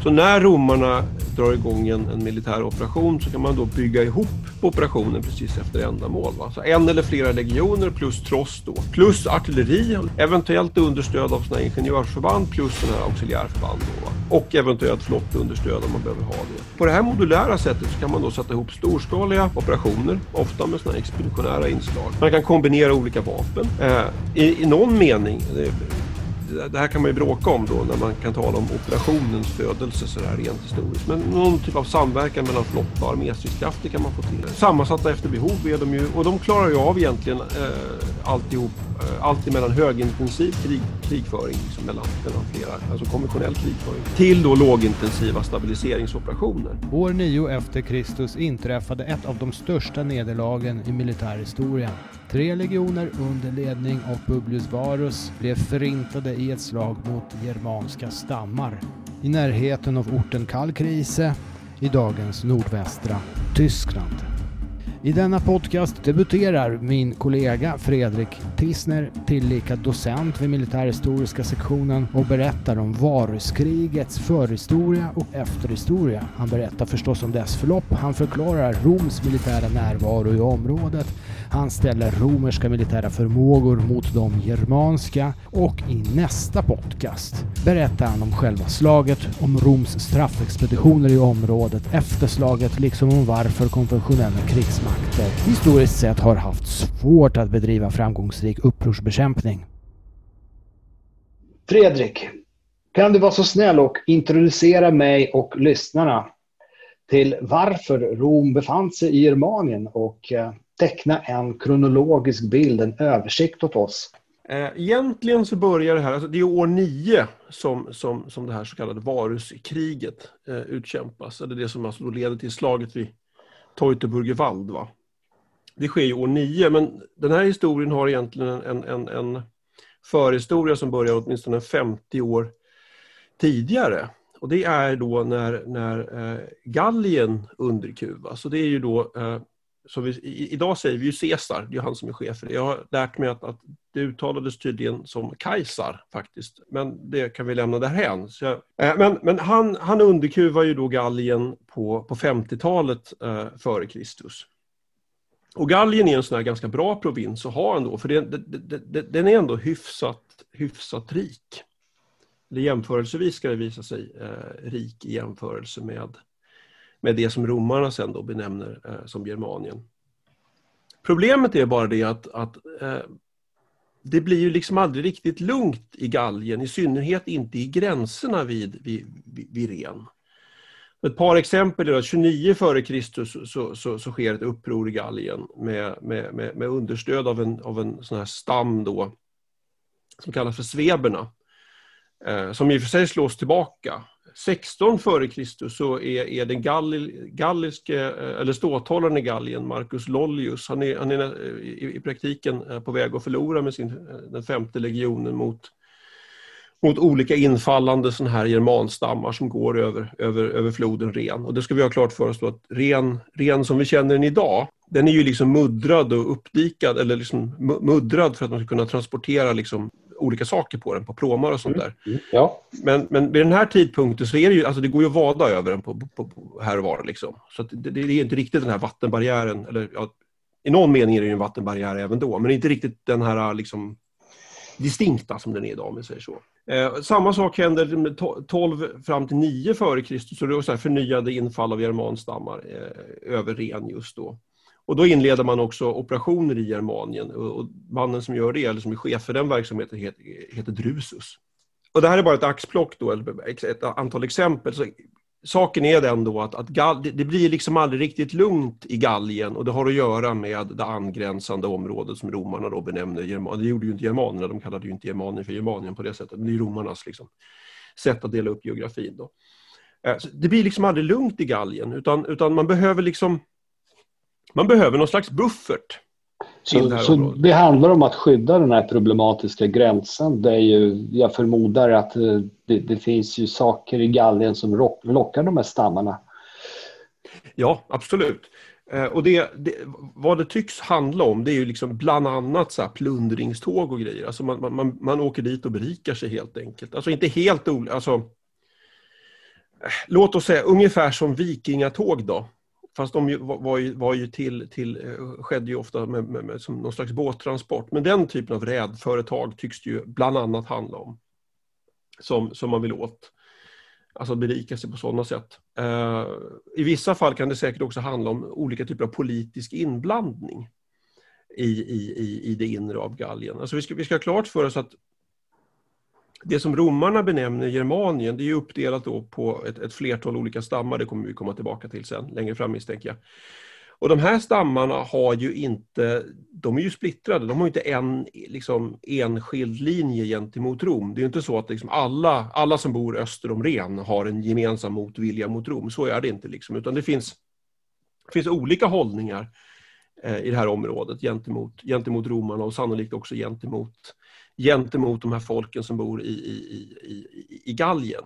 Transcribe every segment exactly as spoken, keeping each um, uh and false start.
Så när romarna drar igång en, en militär operation så kan man då bygga ihop operationen precis efter ändamål. Va? Så en eller flera legioner plus tross då, plus artilleri, eventuellt understöd av såna här ingenjörsförband plus såna här auxiliärförband då, va? Och eventuellt flottunderstöd om man behöver ha det. På det här modulära sättet så kan man då sätta ihop storskaliga operationer, ofta med såna här expeditionära inslag. Man kan kombinera olika vapen. Eh, i, I någon mening, det, det här kan man ju bråka om då när man kan tala om operationens födelse så där rent historiskt. Men någon typ av samverkan mellan flotta och arméstridskrafter kan man få till. Sammansatta efter behov är de ju, och de klarar ju av egentligen eh, alltihop, eh, alltid mellan högintensiv krig, krigföring liksom mellan, mellan flera, alltså konventionell krigföring, till då lågintensiva stabiliseringsoperationer. År nio efter Kristus inträffade ett av de största nederlagen i militärhistorien. Tre legioner under ledning av Publius Varus blev förintade i ett slag mot germanska stammar i närheten av orten Kalkriese i dagens nordvästra Tyskland. I denna podcast debuterar min kollega Fredrik Tissner, tillika docent vid militärhistoriska sektionen, och berättar om Varuskrigets förhistoria och efterhistoria. Han berättar förstås om dess förlopp, han förklarar Roms militära närvaro i området, han ställer romerska militära förmågor mot de germanska, och i nästa podcast berättar han om själva slaget, om Roms straffexpeditioner i området efter slaget, liksom om varför konventionella krigsmakter historiskt sett har haft svårt att bedriva framgångsrik upprorsbekämpning. Fredrik, kan du vara så snäll och introducera mig och lyssnarna till varför Rom befann sig i Germanien och teckna en kronologisk bild, en översikt åt oss? Egentligen så börjar det här, alltså det är år nio som, som, som det här så kallade Varuskriget eh, utkämpas. Eller det som alltså då leder till slaget vid Teutoburger Wald, va? Det sker ju år nio, men den här historien har egentligen en, en, en förhistoria som börjar åtminstone femtio år tidigare. Och det är då när, när eh, Gallien underkuvas. Så det är ju då, eh, så vi, i, idag säger vi ju Caesar, det är han som är chef för det. Jag har lärt mig att, att det uttalades tydligen som Kajsar faktiskt. Men det kan vi lämna därhän. Så jag, eh, men men han, han underkuvar ju då Gallien på, på femtiotalet eh, före Kristus. Och Gallien är en sån här ganska bra provins att ha ändå. För det, det, det, det, den är ändå hyfsat, hyfsat rik. Eller jämförelsevis ska det visa sig eh, rik i jämförelse med, med det som romarna sen då benämner eh, som Germanien. Problemet är bara det att, att eh, det blir ju liksom aldrig riktigt lugnt i Gallien, i synnerhet inte i gränserna vid, vid, vid, vid Ren. Ett par exempel är att tjugonio före Kristus så, så, så, så sker ett uppror i Gallien med, med, med, med understöd av en, av en sån här stam då, som kallas för sveberna, eh, som i och för sig slås tillbaka. sexton före Kristus så är, är den galli, galliske, eller ståthållaren i Gallien, Marcus Lollius, han är, han är i, i praktiken på väg att förlora med sin, den femte legionen mot mot olika infallande sån här germanstammar som går över, över, över floden Ren. Och det ska vi ha klart för oss då att Ren, Ren som vi känner den idag, den är ju liksom muddrad och uppdikad, eller liksom muddrad för att man ska kunna transportera liksom olika saker på den, på pråmar och sånt där. Mm, mm, ja. Men, men vid den här tidpunkten så är det ju, alltså det går ju att vada över den på, på, på här och var liksom. Så att det, det är inte riktigt den här vattenbarriären, eller ja, i någon mening är det ju en vattenbarriär även då, men inte riktigt den här liksom distinkta som den är idag, om vi säger så. Eh, samma sak händer tolv fram till nio före Kristus, så det är så här förnyade infall av germanstammar eh, över Ren just då. Och då inleder man också operationer i Germanien, och, och mannen som gör det, eller som är chef för den verksamheten, heter, heter Drusus. Och det här är bara ett axplock då, eller ett antal exempel. Så saken är den då att, att Gall, det blir liksom aldrig riktigt lugnt i Gallien, och det har att göra med det angränsande området som romarna då benämner Germanien. Det gjorde ju inte germanerna, de kallade ju inte Germanien för Germanien på det sättet, men det är romarnas liksom sätt att dela upp geografin då. Så det blir liksom aldrig lugnt i Gallien, utan, utan man behöver liksom man behöver någon slags buffert. Så det, så det handlar om att skydda den här problematiska gränsen. Det är ju, jag förmodar att det, det finns ju saker i Gallien som lockar de här stammarna. Ja, absolut. Och det, det, vad det tycks handla om, det är ju liksom bland annat så här plundringståg och grejer. Alltså man, man, man åker dit och berikar sig helt enkelt. Alltså inte helt olika, alltså låt oss säga ungefär som vikingatåg då. Fast de ju, var, ju, var ju till, till, skedde ju ofta med, med, med, som någon slags båttransport. Men den typen av rädföretag tycks det ju bland annat handla om. Som, som man vill åt. Alltså berika sig på sådana sätt. Uh, I vissa fall kan det säkert också handla om olika typer av politisk inblandning i, i, i, i det inre av Gallien. Alltså vi ska, vi ska ha klart för oss att det som romarna benämner Germanien, det är ju uppdelat då på ett, ett flertal olika stammar. Det kommer vi komma tillbaka till sen, längre fram misstänker jag. Och de här stammarna har ju inte, de är ju splittrade. De har ju inte en liksom, enskild linje gentemot Rom. Det är ju inte så att liksom, alla, alla som bor öster om Ren har en gemensam motvilja mot Rom. Så är det inte liksom. Utan det finns, det finns olika hållningar eh, i det här området gentemot, gentemot romarna och sannolikt också gentemot gentemot de här folken som bor i, i, i, i, i Gallien.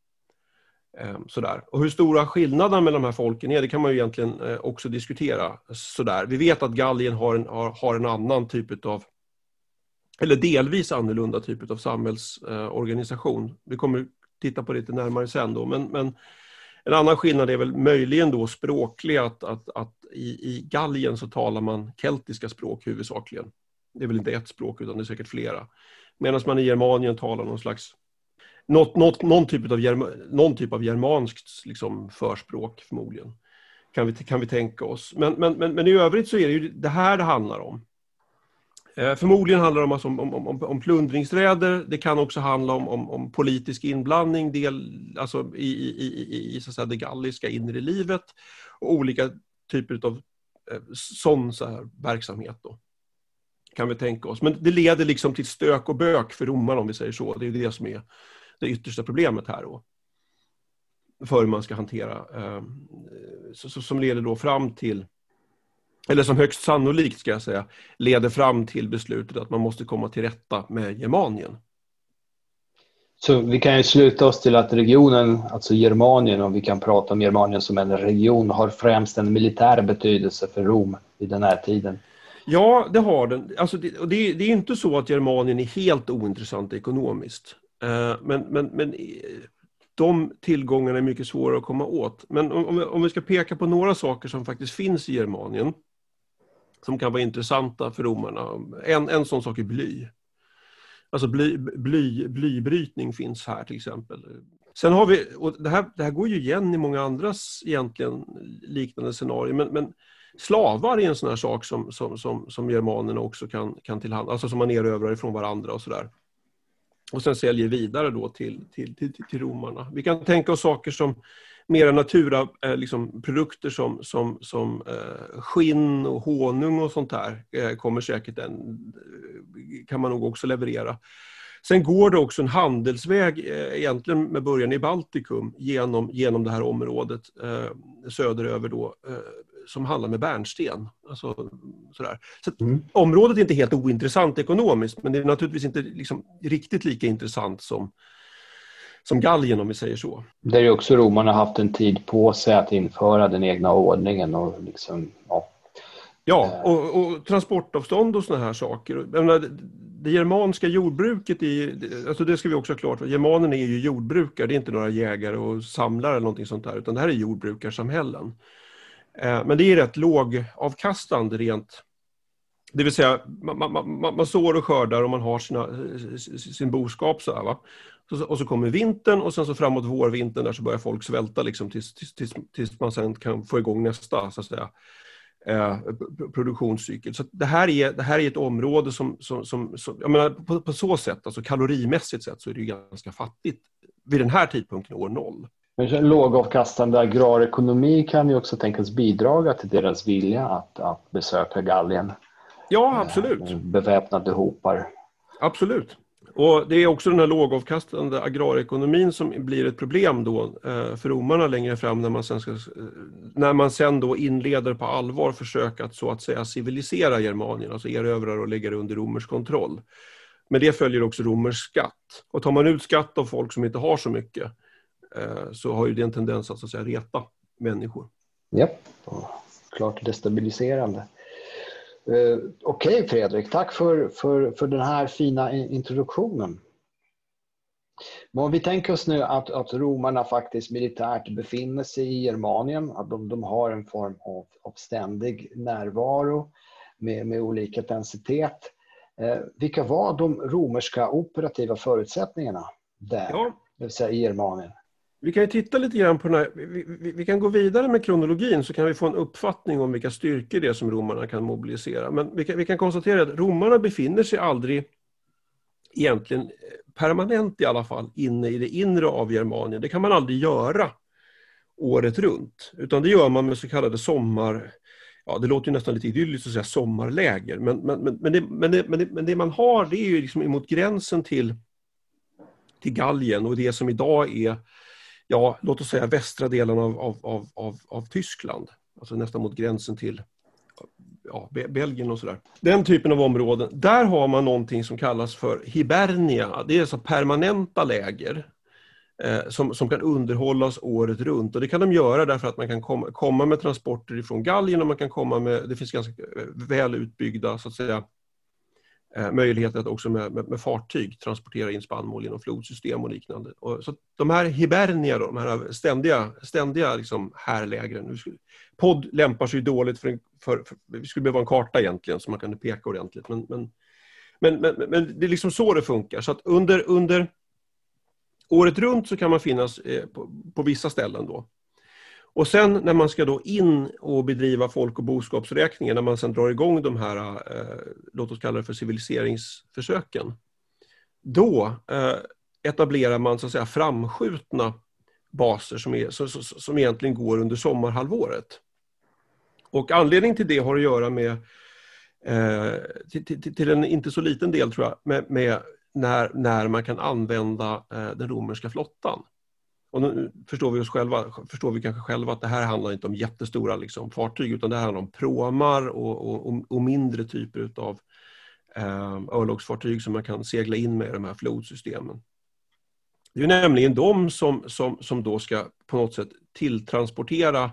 Ehm, sådär. Och hur stora skillnaderna mellan de här folken är, det kan man ju egentligen eh, också diskutera. Sådär. Vi vet att Gallien har en, har, har en annan typ av, eller delvis annorlunda typ av samhällsorganisation. Eh, Vi kommer titta på det lite närmare sen då. Men, men en annan skillnad är väl möjligen då språklig, att, att, att i, i Gallien så talar man keltiska språk huvudsakligen. Det är väl inte ett språk utan det är säkert flera. Medan man i Germanien talar någon slags något, något, någon, typ av germa, någon typ av germanskt liksom, förspråk förmodligen. Kan vi, kan vi tänka oss. Men, men, men, men i övrigt så är det ju det här det handlar om. Eh, förmodligen handlar det om, alltså, om, om, om, om plundringsräder. Det kan också handla om, om, om politisk inblandning del, alltså i, i, i, i så att säga, det galliska inre livet. Och olika typer av eh, sån så här verksamhet då. Kan vi tänka oss. Men det leder liksom till stök och bök för romarna om vi säger så. Det är det som är det yttersta problemet här då. För hur man ska hantera. Eh, så, så, som leder då fram till, eller som högst sannolikt ska jag säga, leder fram till beslutet att man måste komma till rätta med Germanien. Så vi kan ju sluta oss till att regionen, alltså Germanien, om vi kan prata om Germanien som en region, har främst en militär betydelse för Rom i den här tiden. Ja, det har den. Alltså det, och det, det är inte så att Germanien är helt ointressant ekonomiskt. Eh, men, men, men de tillgångarna är mycket svårare att komma åt. Men om, om, om vi ska peka på några saker som faktiskt finns i Germanien som kan vara intressanta för romarna. En, en sån sak är bly. Alltså bly, bly, blybrytning finns här till exempel. Sen har vi, och det här, det här går ju igen i många andras egentligen liknande scenarier, men, men slavar är en sån här sak som, som, som, som germanerna också kan, kan tillhandla, alltså som man erövrar ifrån varandra och sådär. Och sen säljer vidare då till, till, till, till romarna. Vi kan tänka oss saker som mera natura, eh, liksom produkter som, som, som eh, skinn och honung och sånt där eh, kommer säkert en, kan man nog också leverera. Sen går det också en handelsväg eh, egentligen med början i Baltikum genom, genom det här området eh, söderöver då eh, som handlar med bärnsten. Alltså, sådär. Så att, mm. området är inte helt ointressant ekonomiskt, men det är naturligtvis inte liksom, riktigt lika intressant som, som Gallien om vi säger så. Där är också romarna haft en tid på sig att införa den egna ordningen och liksom, ja. Ja, och, och transportavstånd och såna här saker. Menar, det germanska jordbruket, i, alltså det ska vi också ha klart för. Germanerna är ju jordbrukare, det är inte några jägare och samlare eller någonting sånt där, utan det här är jordbrukarsamhällen. Men det är rätt lågavkastande rent. Det vill säga man, man, man, man sår och skördar och man har sina, sin boskap så här, va. Och så kommer vintern och sen så framåt vårvintern där så börjar folk svälta liksom tills, tills, tills, tills man sen kan få igång nästa så att säga, eh, produktionscykel. Så det här är, det här är ett område som, som, som, som jag menar, på, på så sätt, alltså kalorimässigt sett så är det ju ganska fattigt vid den här tidpunkten år noll. Men lågavkastande agrarekonomi kan ju också tänkas bidra till deras vilja att, att besöka Gallien. Ja, absolut. Beväpnade hopar. Absolut. Och det är också den här lågavkastande agrarekonomin som blir ett problem då eh, för romarna längre fram när man sen, ska, när man sen då inleder på allvar försöka att så att säga civilisera Germanien, alltså erövrar och lägger under romersk kontroll. Men det följer också romersk skatt. Och tar man ut skatt av folk som inte har så mycket eh, så har ju det en tendens att, så att säga, reta människor. Ja, klart destabiliserande. Uh, Okej okay, Fredrik, tack för, för, för den här fina introduktionen. Men om vi tänker oss nu att, att romarna faktiskt militärt befinner sig i Germanien, att de, de har en form av, av ständig närvaro med, med olika intensitet. Eh, vilka var de romerska operativa förutsättningarna där, Ja. det vill säga i Germanien? Vi kan ju titta lite grann på den här, vi, vi, vi kan gå vidare med kronologin, så kan vi få en uppfattning om vilka styrkor det är som romarna kan mobilisera. Men vi kan, vi kan konstatera att romarna befinner sig aldrig egentligen permanent i alla fall inne i det inre av Germanien. Det kan man aldrig göra året runt, utan det gör man med så kallade sommar, ja det låter ju nästan lite idylliskt att säga sommarläger, men, men, men, men, det, men, det, men, det, men det man har, det är ju liksom emot gränsen till, till Gallien och det som idag är, ja låt oss säga västra delen av, av, av, av, av Tyskland, alltså nästan mot gränsen till ja, Belgien och sådär. Den typen av områden, där har man någonting som kallas för hibernia. Det är alltså permanenta läger eh, som, som kan underhållas året runt. Och det kan de göra därför att man kan komma, komma med transporter ifrån Gallien och man kan komma med, det finns ganska väl utbyggda så att säga, eh, möjligheter att också med, med, med fartyg transportera in spannmål genom flodsystem och liknande. Och, så de här hibernia, då, de här ständiga, ständiga liksom, härlägren, podd lämpar sig dåligt för, en, för, för vi skulle behöva en karta egentligen så man kan peka ordentligt, men, men, men, men, men det är liksom så det funkar. Så att under, under året runt så kan man finnas eh, på, på vissa ställen då. Och sen när man ska då in och bedriva folk- och boskapsräkningar, när man sen drar igång de här, eh, låt oss kalla det för civiliseringsförsöken, då eh, etablerar man så att säga framskjutna baser som, är, som, som egentligen går under sommarhalvåret. Och anledningen till det har att göra med, eh, till, till, till en inte så liten del tror jag, med, med när, när man kan använda eh, den romerska flottan. Och nu förstår vi oss själva, förstår vi kanske själva att det här handlar inte om jättestora liksom, fartyg, utan det här handlar om pråmar och, och, och mindre typer av eh, örlogsfartyg som man kan segla in med i de här flodsystemen. Det är nämligen de som, som, som då ska på något sätt tilltransportera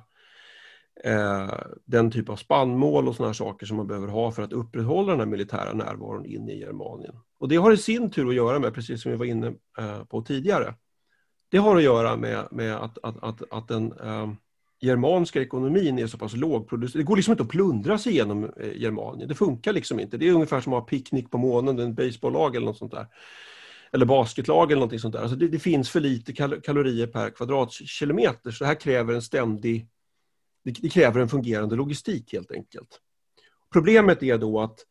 eh, den typ av spannmål och såna här saker som man behöver ha för att upprätthålla den här militära närvaron inne i Germanien. Och det har i sin tur att göra med, precis som vi var inne eh, på tidigare, det har att göra med, med att, att, att, att den eh, germanska ekonomin är så pass lågproducerad. Det går liksom inte att plundra sig igenom eh, Germanien. Det funkar liksom inte. Det är ungefär som att ha picknick på månen, en baseballlag eller något sånt där. Eller basketlag eller någonting sånt där. Alltså det, det finns för lite kal- kalorier per kvadratkilometer. Så det här kräver en ständig, det, det kräver en fungerande logistik helt enkelt. Problemet är då att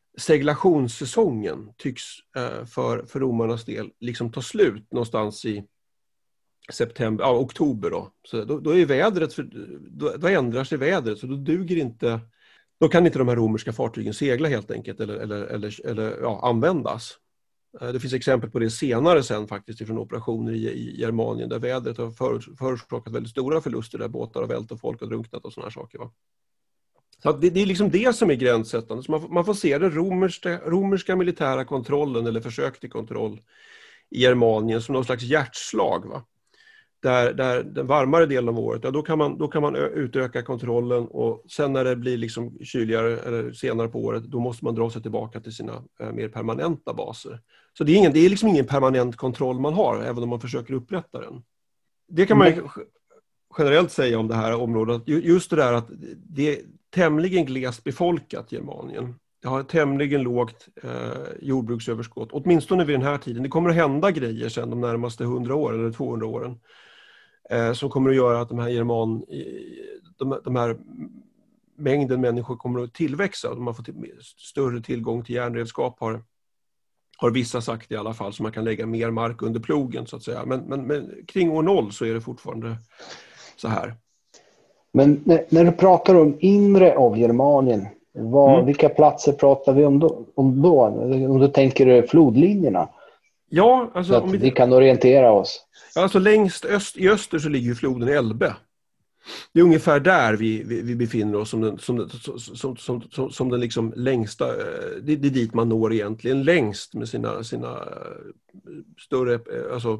seglationssäsongen tycks eh, för, för romarnas del liksom ta slut någonstans i september, ja, oktober då. Så då, då är vädret, för, då, då ändrar sig vädret så då duger inte, då kan inte de här romerska fartygen segla helt enkelt eller, eller, eller, eller ja, användas. Det finns exempel på det senare sen faktiskt ifrån operationer i, i Germanien där vädret har förorsakat väldigt stora förluster där båtar har vält och folk har drunknat och såna här saker. Va? Så det, det är liksom det som är gränssättande. Så man, man får se den romerska, romerska militära kontrollen eller försök till kontroll i Germanien som någon slags hjärtslag. Va? Där, där den varmare delen av året, ja, då, kan man, då kan man utöka kontrollen och sen när det blir liksom kyligare eller senare på året, då måste man dra sig tillbaka till sina eh, mer permanenta baser. Så det är, ingen, det är liksom ingen permanent kontroll man har, även om man försöker upprätta den. Det kan man ju generellt säga om det här området, just det där att det är tämligen glest befolkat Germanien. Det har ett tämligen lågt eh, jordbruksöverskott, åtminstone vid den här tiden. Det kommer att hända grejer sedan de närmaste hundra åren eller tvåhundra åren. Eh, som kommer att göra att de här German, de, de här mängden människor kommer att tillväxa. De har fått större tillgång till järnredskap har, har vissa sagt i alla fall, så man kan lägga mer mark under plogen så att säga. Men, men, men kring år noll så är det fortfarande så här. Men när, när du pratar om inre av Germanien, vad, mm. vilka platser pratar vi om då? Om, då? om du tänker flodlinjerna? Ja, alltså så att om vi, vi kan orientera oss. Alltså längst öst, i öster så ligger ju floden Elbe. Det är ungefär där vi, vi, vi befinner oss som den, som, som, som, som, som den liksom längsta, det, det är dit man når egentligen längst med sina, sina större alltså,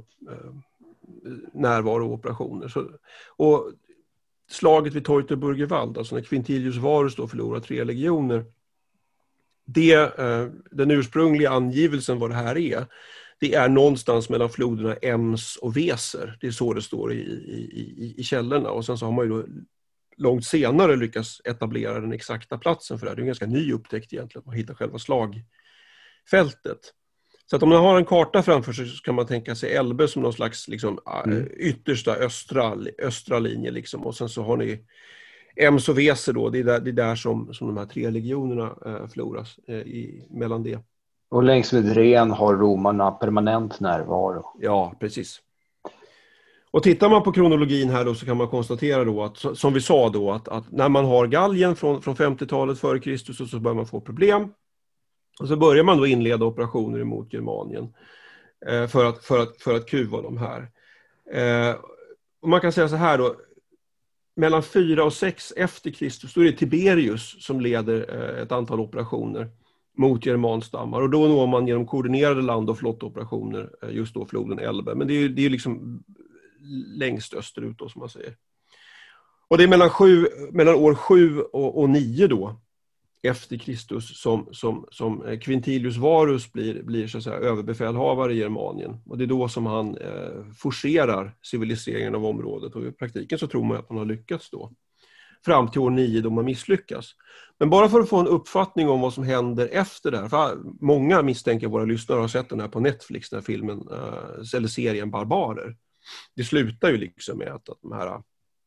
närvaro och operationer. Så, och slaget vid Teutoburger Wald, alltså när Quintilius Varus då förlorar tre legioner, det, den ursprungliga angivelsen vad det här är, det är någonstans mellan floderna Ems och Weser. Det är så det står i, i, i, i källorna. Och sen så har man ju då långt senare lyckats etablera den exakta platsen för det här. Det är en ganska ny upptäckt egentligen, att man hittar själva slagfältet. Så att om man har en karta framför sig så kan man tänka sig Elbe som någon slags liksom, mm. yttersta östra, östra linje. Liksom. Och sen så har ni Ems och Weser då, det är där, det är där som, som de här tre legionerna eh, förloras eh, i, mellan det. Och längs med Ren har romarna permanent närvaro. Ja, precis. Och tittar man på kronologin här då så kan man konstatera då att, som vi sa då, att, att när man har Gallien från, från femtiotalet före Kristus så börjar man få problem. Och så börjar man då inleda operationer emot Germanien eh, för, att, för, att, för att kuva de här. Eh, och man kan säga så här då, mellan fyra och sex efter Kristus då är det Tiberius som leder eh, ett antal operationer mot germanstammar. Och då når man genom koordinerade land- och flottoperationer eh, just då floden Elbe. Men det är ju det är liksom längst österut då som man säger. Och det är mellan, sju, mellan år sju och, och nio då efter Kristus som, som, som Quintilius Varus blir, blir så att säga, överbefälhavare i Germanien. Och det är då som han eh, forcerar civiliseringen av området. Och i praktiken så tror man att man har lyckats då. Fram till år nio då man misslyckas. Men bara för att få en uppfattning om vad som händer efter det här. För många misstänker våra lyssnare har sett den här på Netflix, den här filmen, eh, eller serien Barbarer. Det slutar ju liksom med att, att de här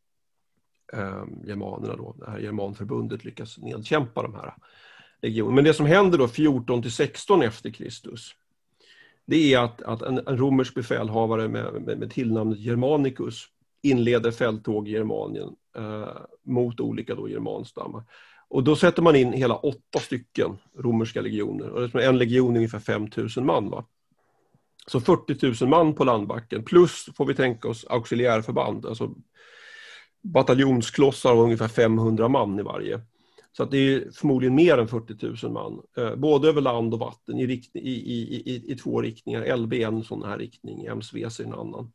eh, germanerna då, det här germanförbundet lyckas nedkämpa de här legionerna. Men det som händer då fjorton till sexton efter Kristus, det är att, att en, en romersk befälhavare med, med, med tillnamnet Germanicus inleder fälttåg i Germanien eh, mot olika då germanstammar. Och då sätter man in hela åtta stycken romerska legioner. Och en legion är ungefär fem tusen man, va? Så fyrtio tusen man på landbacken. Plus får vi tänka oss auxiliärförband. Alltså bataljonsklossar av ungefär femhundra man i varje. Så att det är förmodligen mer än fyrtio tusen man. Eh, både över land och vatten i, rikt- i, i, i, i två riktningar. L B en sån här riktning, Ems-Weser en annan.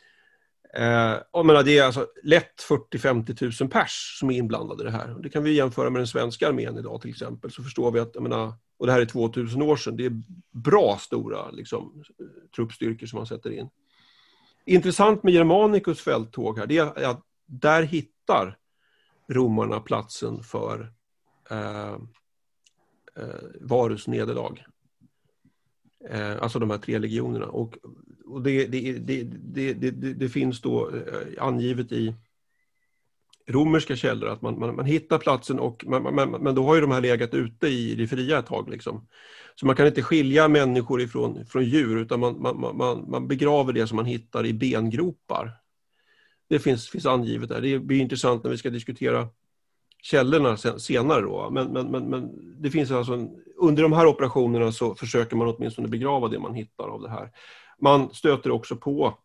Eh, jag menar, det är alltså lätt fyrtio till femtio tusen pers som är inblandade i det här. Det kan vi jämföra med den svenska armén idag till exempel. Så förstår vi att, jag menar, och det här är tvåtusen år sedan, det är bra stora liksom, truppstyrkor som man sätter in. Intressant med Germanicus fälttåg här, det är att där hittar romarna platsen för eh, eh, Varus nederlag. Eh, alltså de här tre legionerna. Och, och det, det, det, det, det, det, det finns då eh, angivet i romerska källor att man, man, man hittar platsen och man, man, men då har ju de här legat ute i det fria ett tag liksom. Så man kan inte skilja människor ifrån, från djur utan man, man, man, man begraver det som man hittar i bengropar. Det finns, finns angivet där. Det blir intressant när vi ska diskutera källorna sen, senare då. Men, men, men, men det finns alltså en, under de här operationerna så försöker man åtminstone begrava det man hittar av det här. Man stöter också på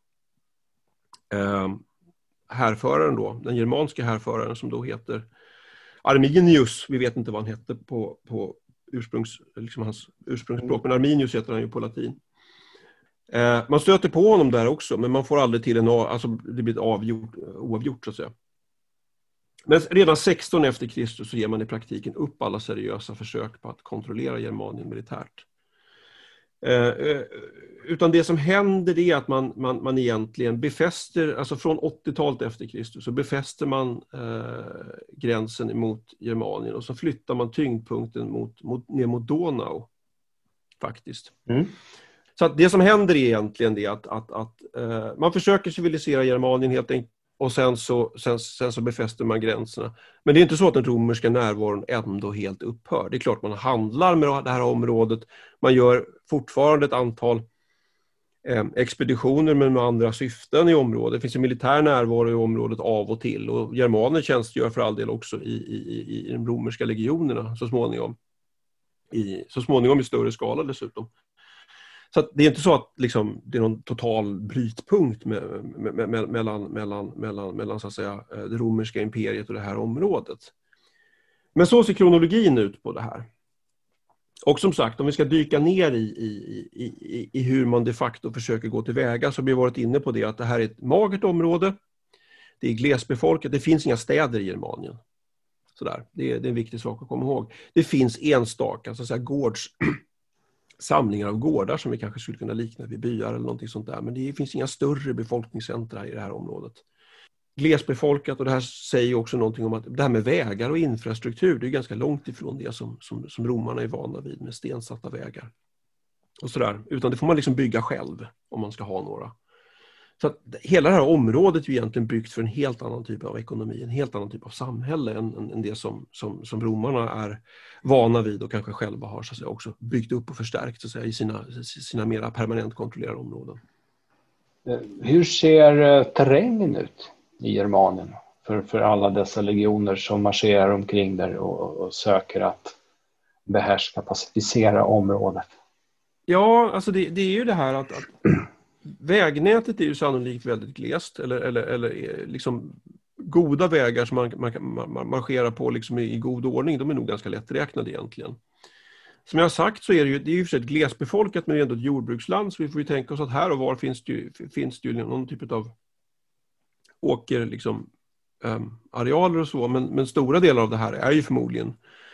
eh, härföraren då, den germanska härföraren som då heter Arminius. Vi vet inte vad han hette på, på ursprungs, liksom hans ursprungsspråk, men Arminius heter han ju på latin. Eh, man stöter på honom där också, men man får aldrig till en, alltså det blir ett avgjort, oavgjort så att säga. Men redan sexton efter Kristus så ger man i praktiken upp alla seriösa försök på att kontrollera Germanien militärt. Eh, utan det som händer är att man, man, man egentligen befäster, alltså från åttiotalet efter Kristus så befäster man eh, gränsen mot Germanien och så flyttar man tyngdpunkten mot, mot, ner mot Donau faktiskt. Mm. Så att det som händer är egentligen det att, att, att eh, man försöker civilisera Germanien helt enkelt och sen så, sen, sen så befäster man gränserna. Men det är inte så att den romerska närvaron ändå helt upphör. Det är klart man handlar med det här området. Man gör fortfarande ett antal eh, expeditioner men med andra syften i området. Det finns en militär närvaro i området av och till. Och germaner tjänstgör för all del också i, i, i de romerska legionerna så småningom. I, så småningom i större skala dessutom. Så att det är inte så att liksom, det är någon total brytpunkt med, med, med, med, mellan, mellan, mellan, mellan så att säga, det romerska imperiet och det här området. Men så ser kronologin ut på det här. Och som sagt, om vi ska dyka ner i, i, i, i hur man de facto försöker gå tillväga så har vi varit inne på det att det här är ett magert område. Det är glesbefolkat, det finns inga städer i Germanien. Sådär. Det, är, det är en viktig sak att komma ihåg. Det finns enstaka så att säga, gårds... samlingar av gårdar som vi kanske skulle kunna likna vid byar eller någonting sånt där. Men det finns inga större befolkningscentra i det här området. Glesbefolkat, och det här säger också någonting om att det här med vägar och infrastruktur, det är ganska långt ifrån det som, som, som romarna är vana vid med stensatta vägar. Och sådär. Utan det får man liksom bygga själv om man ska ha några. Så att hela det här området är egentligen byggt för en helt annan typ av ekonomi, en helt annan typ av samhälle än, än, än det som, som, som romarna är vana vid och kanske själva har så att säga, också byggt upp och förstärkt så att säga, i sina, sina mera permanent kontrollerade områden. Hur ser terrängen ut i Germanien för, för alla dessa legioner som marscherar omkring där och, och söker att behärska, pacificera området? Ja, alltså det, det är ju det här att, att vägnätet är ju sannolikt väldigt glest eller, eller, eller liksom goda vägar som man, man, man marscherar på liksom i, i god ordning, de är nog ganska lätträknade egentligen. Som jag har sagt så är det ju, det är ju för sig ett glesbefolkat men det är ändå ett jordbruksland, så vi får ju tänka oss att här och var finns det ju, finns det ju någon typ av åker liksom, um, arealer och så, men, men stora delar av det här är ju förmodligen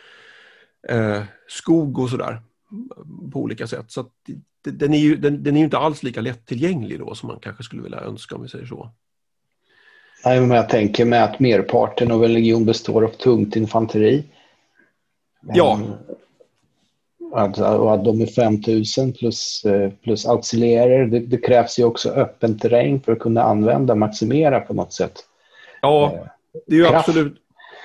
uh, skog och sådär på olika sätt. Så att det, den, är ju, den, den är ju inte alls lika lättillgänglig då som man kanske skulle vilja önska om vi säger så. Nej, men jag tänker mig att merparten av en legion består av tungt infanteri. Ja. Att, och att de är fem tusen plus, plus auxiliärer. Det, det krävs ju också öppen terräng för att kunna använda, maximera på något sätt. Ja, det är ju Kraft. absolut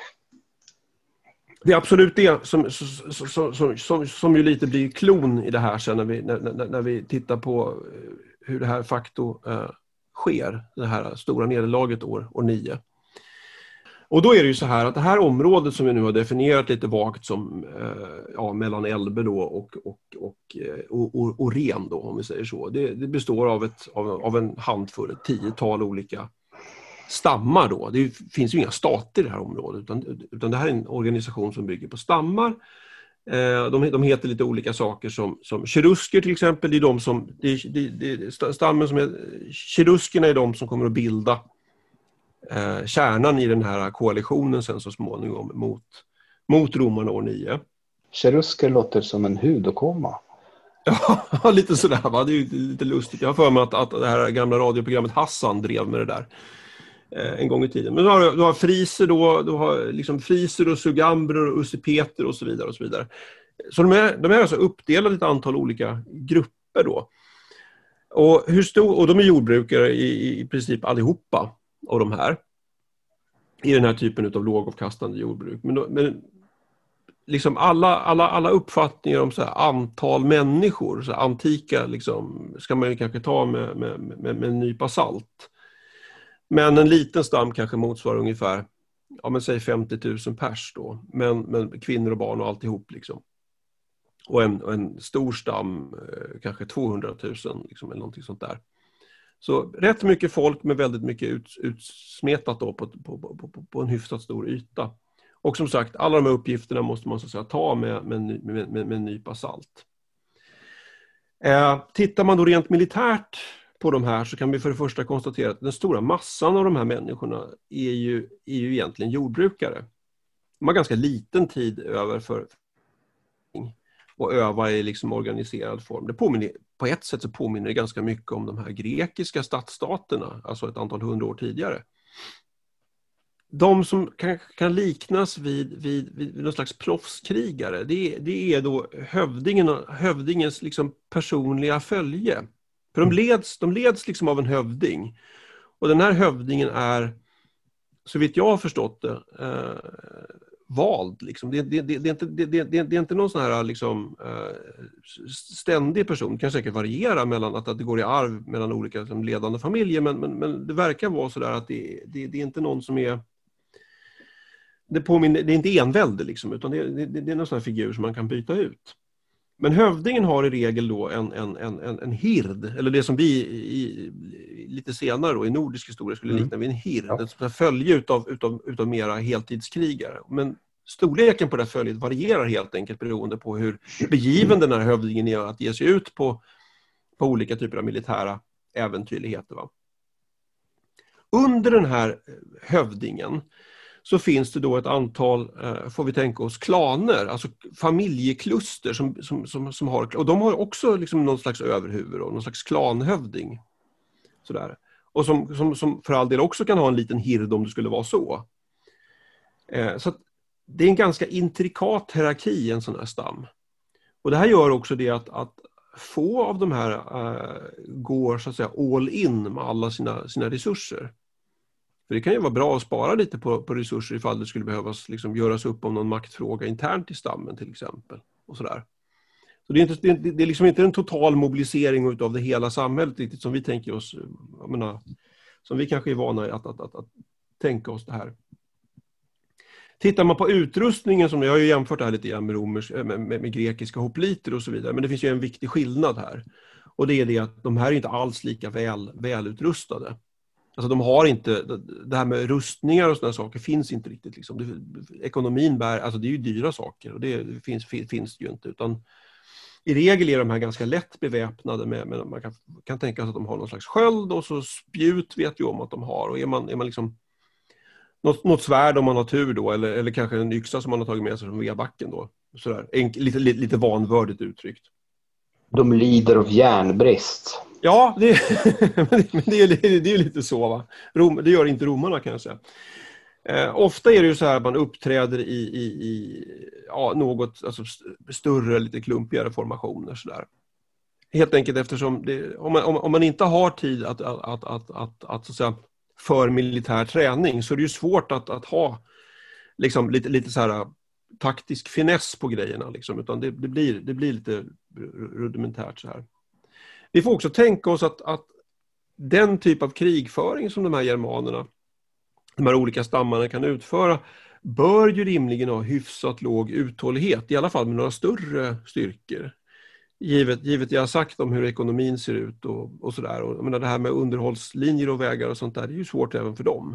det är absolut det som, som, som, som, som ju lite blir klon i det här sen när vi, när, när, när vi tittar på hur det här fakto eh, sker, det här stora nederlaget år, år nio. Och då är det ju så här att det här området som vi nu har definierat lite vagt som eh, ja, mellan Elbe då och, och, och, och, och, och Ren då, om vi säger så. Det, det består av, ett, av, av en handfull, ett tiotal olika stammar då. Det finns ju inga stater i det här området utan, utan det här är en organisation som bygger på stammar. Eh, de, de heter lite olika saker som, som cherusker till exempel. Det är de som, det, det, det, stammen som är, cheruskerna är de som kommer att bilda eh, kärnan i den här koalitionen sen så småningom mot, mot romarna år nio. Cherusker låter som en hudåkomma. Ja, lite sådär va. Det är ju lite lustigt. Jag har för mig att, att det här gamla radioprogrammet Hassan drev med det där en gång i tiden. Men du har, du har friser då, du har liksom friser och sugambrer och usipeter och så vidare och så vidare. Så de är, de är alltså uppdelade i ett antal olika grupper då. Och, hur stor, och de är jordbrukare i, i princip allihopa av de här. I den här typen av lågavkastande jordbruk. Men, då, men liksom alla, alla, alla uppfattningar om så här antal människor, så här antika liksom, ska man ju kanske ta med, med, med, med en nypa salt. Men en liten stam kanske motsvarar ungefär, ja men säg femtio tusen pers då. Men, men kvinnor och barn och alltihop liksom. Och en, och en stor stam, eh, kanske tvåhundratusen liksom, eller någonting sånt där. Så rätt mycket folk med väldigt mycket ut, utsmetat då på, på, på, på, på en hyfsat stor yta. Och som sagt, alla de här uppgifterna måste man så att säga ta med, med, med, med, med en nypa salt. Eh, tittar man då rent militärt på de här så kan vi för det första konstatera att den stora massan av de här människorna är ju, är ju egentligen jordbrukare. De har ganska liten tid över för att öva i liksom organiserad form. Det påminner, på ett sätt så påminner det ganska mycket om de här grekiska stadsstaterna, alltså ett antal hundra år tidigare. De som kan, kan liknas vid, vid, vid någon slags proffskrigare, det, det är då hövdingen, hövdingens liksom personliga följe. För de leds, de leds liksom av en hövding. Och den här hövdingen är, så vitt jag har förstått det, eh, vald. Liksom. Det, det, det, det, är inte, det, det, det är inte någon sån här liksom, eh, ständig person. Det kan säkert variera mellan att, att det går i arv mellan olika liksom, ledande familjer. Men, men, men det verkar vara så där att det, det, det är inte någon som är... Det, påminner, det är inte envälde liksom, utan det, det, det är någon sån här figur som man kan byta ut. Men hövdingen har i regel då en, en, en, en hird, eller det som vi i, lite senare då, i nordisk historia skulle likna vid en hird, ja. Ett följe utav, utav, utav mera heltidskrigare. Men storleken på det här följet varierar helt enkelt beroende på hur begiven den här hövdingen är att ge sig ut på, på olika typer av militära äventyrligheter. Va? Under den här hövdingen så finns det då ett antal, eh, får vi tänka oss, klaner, alltså familjekluster som, som, som, som har, och de har också liksom någon slags överhuvud och någon slags klanhövding. Sådär. Och som, som, som för all del också kan ha en liten hird om det skulle vara så. Eh, så att det är en ganska intrikat hierarki i en sån här stam. Och det här gör också det att, att få av de här eh, går så att säga all in med alla sina, sina resurser. För det kan ju vara bra att spara lite på, på resurser ifall det skulle behövas liksom göras upp om någon maktfråga internt i stammen till exempel. Och sådär. Så det är, inte, det, det är liksom inte en total mobilisering av det hela samhället riktigt som vi tänker oss, jag menar, som vi kanske är vana att, att, att, att tänka oss det här. Tittar man på utrustningen, som jag har ju jämfört det här lite grann med, romers, med, med, med grekiska hopliter och så vidare, men det finns ju en viktig skillnad här. Och det är det att de här är inte alls lika väl, välutrustade. Alltså de har inte, det här med rustningar och sådana saker finns inte riktigt. Liksom. Det, ekonomin bär, alltså det är ju dyra saker och det finns, finns det ju inte. Utan i regel är de här ganska lätt beväpnade med, med man kan, kan tänka sig att de har någon slags sköld och så spjut vet vi om att de har. Och är man, är man liksom något, något svärd om man har tur då, eller, eller kanske en yxa som man har tagit med sig från vebacken då. Sådär, en, lite, lite, lite vanvördigt uttryckt. De lider av järnbrist. Ja, det, men det, är, det är lite så va. Rom, det gör inte romarna kan jag säga. Eh, ofta är det ju så här att man uppträder i, i, i ja, något alltså, större, lite klumpigare formationer. Så där. Helt enkelt eftersom det, om, man, om, om man inte har tid att, att, att, att, att, att så att säga, för militär träning så är det ju svårt att, att ha liksom, lite, lite så här taktisk finess på grejerna. Liksom, utan det, det, blir, det blir lite rudimentärt så här. Vi får också tänka oss att, att den typ av krigföring som de här germanerna, de här olika stammarna kan utföra, bör ju rimligen ha hyfsat låg uthållighet, i alla fall med några större styrkor. Givet, givet det jag har sagt om hur ekonomin ser ut och, och sådär. Och jag menar, det här med underhållslinjer och vägar och sånt där, det är ju svårt även för dem.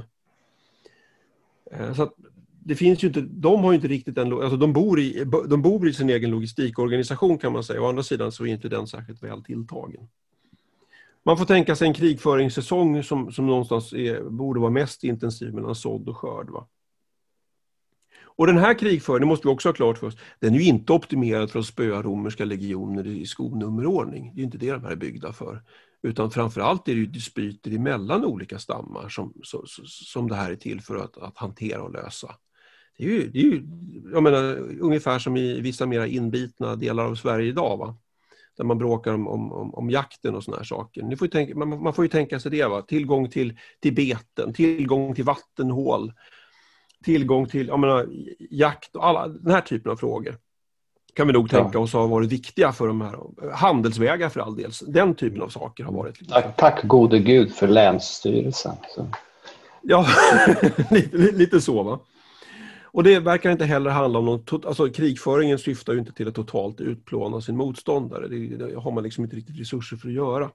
Så att det finns ju inte, de har ju inte riktigt en, alltså de bor i, de bor i sin egen logistikorganisation kan man säga. Å andra sidan så är inte den särskilt väl tilltagen. Man får tänka sig en krigföringssäsong som, som någonstans är, borde vara mest intensiv mellan sådd och skörd. Va? Och den här krigföringen, måste vi också ha klart för oss, den är ju inte optimerad för att spöa romerska legioner i skonummerordning. Det är inte det de här är byggda för. Utan framförallt är det ju dispyter emellan olika stammar som, som, som det här är till för att, att hantera och lösa. Det är ju, det är ju jag menar, ungefär som i vissa mera inbitna delar av Sverige idag va. Där man bråkar om, om, om jakten och såna här saker. Ni får ju tänka, man, man får ju tänka sig det va. Tillgång till, till beten, tillgång till vattenhål, tillgång till jag menar, jakt och alla den här typen av frågor. Kan vi nog tänka ja. oss har varit viktiga för de här handelsvägar för all del. Den typen av saker har varit. Liksom. Tack, tack gode Gud för länsstyrelsen. Så. Ja, lite, lite så va. Och det verkar inte heller handla om någon, alltså krigföringen syftar ju inte till att totalt utplåna sin motståndare. Det, det har man liksom inte riktigt resurser för att göra.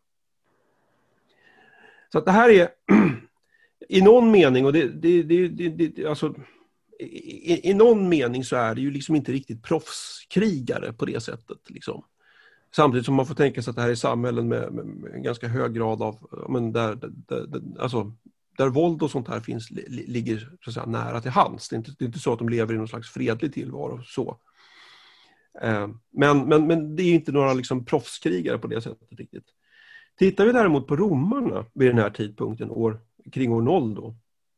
Så att det här är i någon mening, och det, det, det, det, det alltså i, i någon mening så är det ju liksom inte riktigt proffskrigare på det sättet liksom. Samtidigt som man får tänka sig att det här är samhällen med, med, med en ganska hög grad av, men där, där, där, alltså där våld och sånt här finns, ligger så att säga, nära till hands. Det är, inte, det är inte så att de lever i någon slags fredlig tillvaro. Så. Eh, men, men, men det är inte några liksom proffskrigare på det sättet riktigt. Tittar vi däremot på romarna vid den här tidpunkten, år, kring år noll då.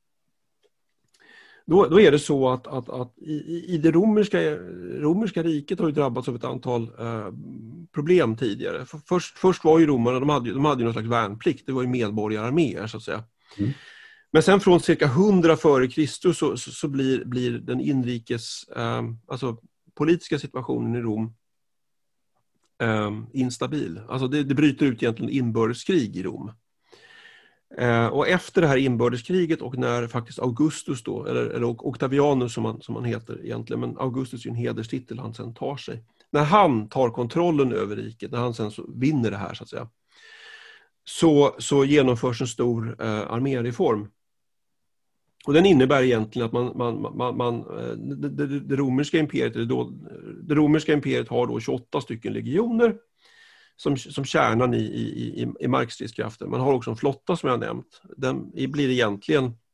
Då, då är det så att, att, att i, i det romerska, romerska riket har ju drabbats av ett antal eh, problem tidigare. För först, först var ju romarna, de hade, de hade ju någon slags värnplikt. Det var ju medborgararméer så att säga. Mm. Men sen från cirka hundra före Kristus så, så, så blir, blir den inrikes, eh, alltså politiska situationen i Rom eh, instabil. Alltså det, det bryter ut egentligen inbördeskrig i Rom. Eh, och efter det här inbördeskriget och när faktiskt Augustus då, eller, eller Octavianus som man, som man heter egentligen, men Augustus är ju en hederstitel han sen tar sig. När han tar kontrollen över riket, när han sen så vinner det här så att säga, så, så genomförs en stor eh, arméreform. Och den innebär egentligen att man, man, man, man det, det, det romerska imperiet, det, då, det romerska imperiet har då tjugoåtta stycken legioner som, som kärnan i, i, i, i markstridskraften. Man har också en flotta som jag har nämnt. Den blir egentligen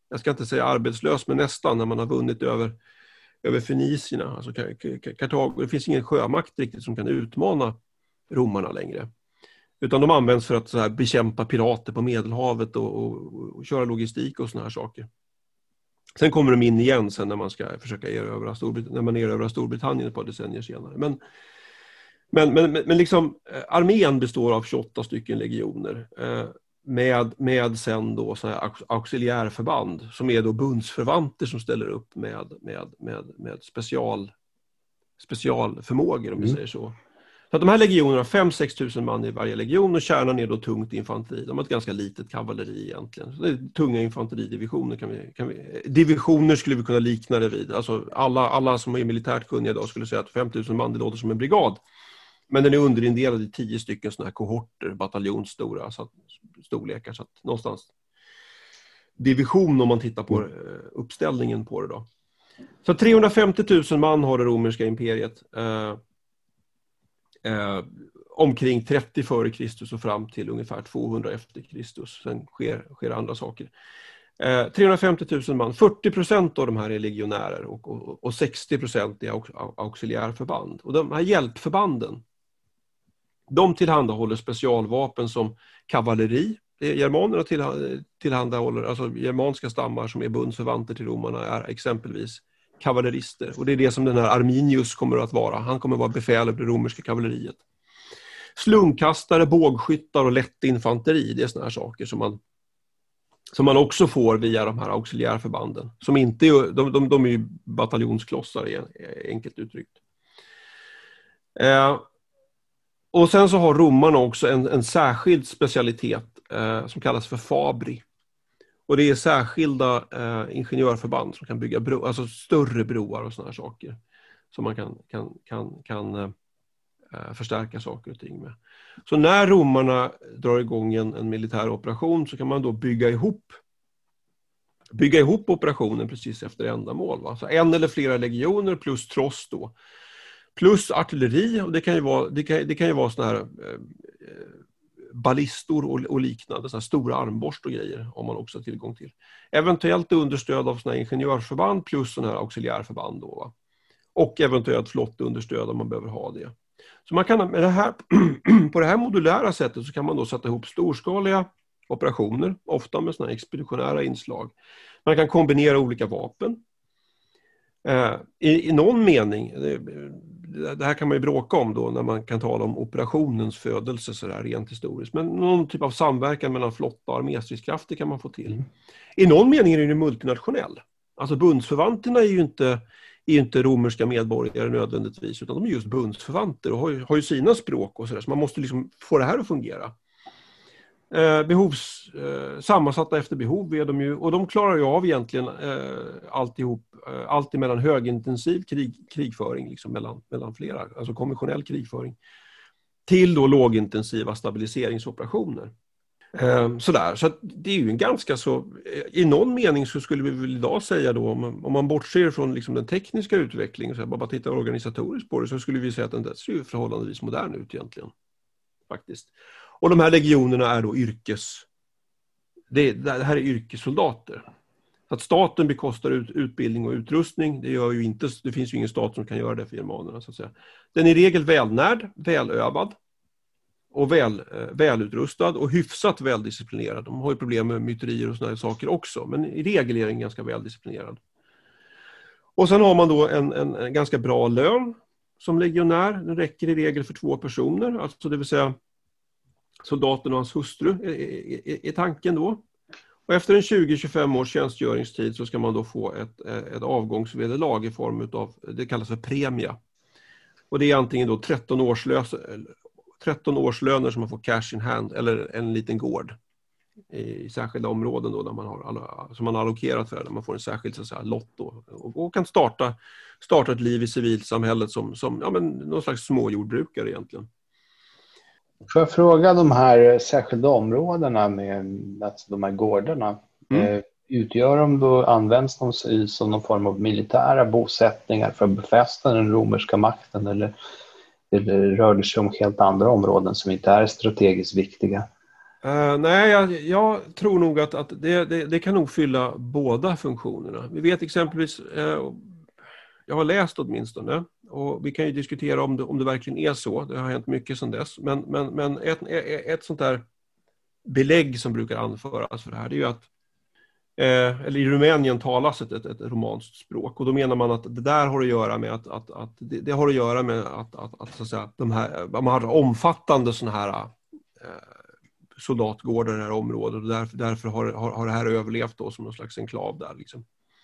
jag ska inte säga arbetslös, men nästan, när man har vunnit över, över fenicierna. Alltså Kartago, det finns ingen sjömakt riktigt som kan utmana romarna längre. Utan de används för att så här bekämpa pirater på Medelhavet och, och, och köra logistik och såna här saker. Sen kommer de in igen sen när man ska försöka erövra Storbritannien, när man erövrar Storbritannien ett par decennier senare. Men, men, men, men liksom, armén består av tjugoåtta stycken legioner eh, med, med sen då så här auxiliärförband som är då bundsförvanter som ställer upp med, med, med, med special, specialförmågor, om vi mm. säger så. Så att de här legionerna har fem till sex tusen man i varje legion, och kärnan är då tungt infanteri. De har ett ganska litet kavalleri egentligen. Så det är tunga infanteridivisioner. Kan vi, kan vi, divisioner skulle vi kunna likna det vid. Alltså alla, alla som är militärt kunniga idag skulle säga att fem tusen man, det låter som en brigad. Men den är underindelad i tio stycken sådana här kohorter, bataljonsstora så att, storlekar. Så att någonstans division om man tittar på uppställningen på det då. Så trehundrafemtio tusen man har det romerska imperiet. Eh, Eh, omkring trettio före Kristus och fram till ungefär tvåhundra efter Kristus. Sen sker, sker andra saker. Eh, trehundrafemtio tusen man, fyrtio procent av de här är legionärer och, och, och sextio procent är aux, auxiliärförband. Och de här hjälpförbanden, de tillhandahåller specialvapen som kavalleri. Germanerna till, tillhandahåller, alltså germanska stammar som är bundsförvanter till romarna är exempelvis kavallerister. Och det är det som den här Arminius kommer att vara. Han kommer att vara befäl över det romerska kavalleriet. Slungkastare, bågskyttar och lätt infanteri, det är såna här saker som man, som man också får via de här auxiliärförbanden. Som inte är, de, de, de är ju bataljonsklossar, enkelt uttryckt. Eh, och sen så har romarna också en, en särskild specialitet eh, som kallas för fabri. Och det är särskilda eh, ingenjörförband som kan bygga bro, alltså större broar och såna här saker. Som man kan, kan, kan, kan eh, förstärka saker och ting med. Så när romarna drar igång en, en militär operation så kan man då bygga ihop bygga ihop operationen precis efter ändamål. Va? Så en eller flera legioner plus tross då. Plus artilleri, och det kan ju vara, det kan, det kan ju vara såna här eh, ballistor och, och liknande, så här stora armborst och grejer om man också har tillgång till. Eventuellt understöd av såna här ingenjörsförband plus såna här auxiliärförband då, va? Och eventuellt flott understöd om man behöver ha det. Så man kan med det här på det här modulära sättet så kan man då sätta ihop storskaliga operationer, ofta med såna här expeditionära inslag. Man kan kombinera olika vapen. Eh, i, I någon mening, det, det här kan man ju bråka om då när man kan tala om operationens födelse så där rent historiskt. Men någon typ av samverkan mellan flotta och arméstridskrafter kan man få till. Mm. I någon mening är det ju multinationell. Alltså bundsförvanterna är ju inte, är ju inte romerska medborgare nödvändigtvis, utan de är just bundsförvanter och har ju, har ju sina språk och sådär. Så man måste liksom få det här att fungera. Eh, behovs, eh, sammansatta efter behov är de ju, och de klarar ju av egentligen eh, alltihop, eh, alltid mellan högintensiv krig, krigföring liksom mellan, mellan flera, alltså konventionell krigföring till då lågintensiva stabiliseringsoperationer. Eh, sådär, så att det är ju en ganska så, eh, i någon mening så skulle vi väl idag säga då, om, om man bortser från liksom den tekniska utvecklingen, så här, bara tittar organisatoriskt på det, så skulle vi säga att den där ser ju förhållandevis modern ut egentligen, faktiskt. Och de här legionerna är då yrkes... Det, det här är yrkessoldater. Så att staten bekostar ut, utbildning och utrustning, det gör ju inte, det finns ju ingen stat som kan göra det för germanerna så att säga. Den är i regel välnärd, välövad och väl, välutrustad och hyfsat väldisciplinerad. De har ju problem med myterier och såna här saker också, men i regel är den ganska väldisciplinerad. Och sen har man då en, en, en ganska bra lön som legionär. Den räcker i regel för två personer, alltså det vill säga soldaten och hans hustru är, är, är tanken då. Och efter en tjugo till tjugofem års tjänstgöringstid så ska man då få ett, ett avgångsvederlag i form av, det kallas för premia. Och det är antingen då tretton, årslös, tretton årslöner som man får cash in hand eller en liten gård i särskilda områden då där man har, som man har allokerat för, där man får en särskild så att säga, lott då, och, och kan starta, starta ett liv i civilsamhället som, som ja, men, någon slags småjordbrukare egentligen. Får jag fråga de här särskilda områdena med alltså de här gårdarna, mm. eh, utgör de då, används de i som någon form av militära bosättningar för att befästa den romerska makten, eller, eller rör det sig om helt andra områden som inte är strategiskt viktiga? Uh, nej, jag, jag tror nog att, att det, det, det kan nog fylla båda funktionerna. Vi vet exempelvis, uh, jag har läst åtminstone, och vi kan ju diskutera om det, om det verkligen är så. Det har hänt mycket sedan dess. Men, men, men ett, ett sånt där belägg som brukar anföras för det här, det är ju att eh, eller i Rumänien talas ett, ett, ett romanskt språk, och då menar man att det där har att göra med att, att, att det, det har att göra med att, att, att, så att säga, de här, man har omfattande såna här eh, soldatgårdar i det här området, och därför, därför har, har, har det här överlevt då som någon slags enklav där liksom.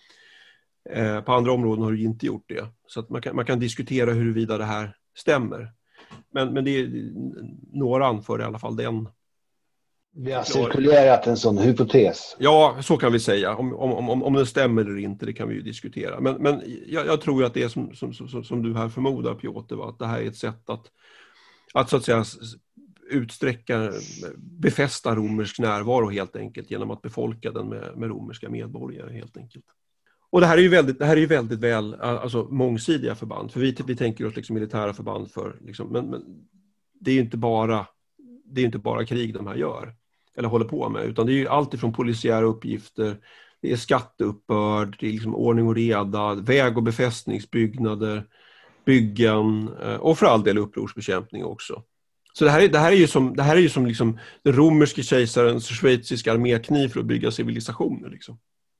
Eh, på andra områden har det inte gjort det, så att man kan, man kan diskutera huruvida det här stämmer, men, men det är, några anför i alla fall den. Vi har cirkulerat en sån hypotes. Ja, så kan vi säga. Om, om, om, om det stämmer eller inte, det kan vi ju diskutera. Men, men jag, jag tror att det är som, som, som, som du här förmodar, Piotr, att det här är ett sätt att, att så att säga utsträcka, befästa romersk närvaro helt enkelt, genom att befolka den med, med romerska medborgare helt enkelt. Och det här är ju väldigt, det här är ju väldigt väl, alltså mångsidiga förband. För vi, vi tänker oss liksom militära förband för, liksom, men, men det är ju inte bara, det är inte bara krig de här gör. Eller håller på med, utan det är ju allt ifrån polisiära uppgifter, det är skatteuppbörd, det är liksom ordning och reda, väg- och befästningsbyggnader, byggen och för all del upprorsbekämpning också. Så det här är, det här är ju som, det här är ju som liksom den romerske kejsarens schweiziska armékniv för att bygga civilisationer liksom.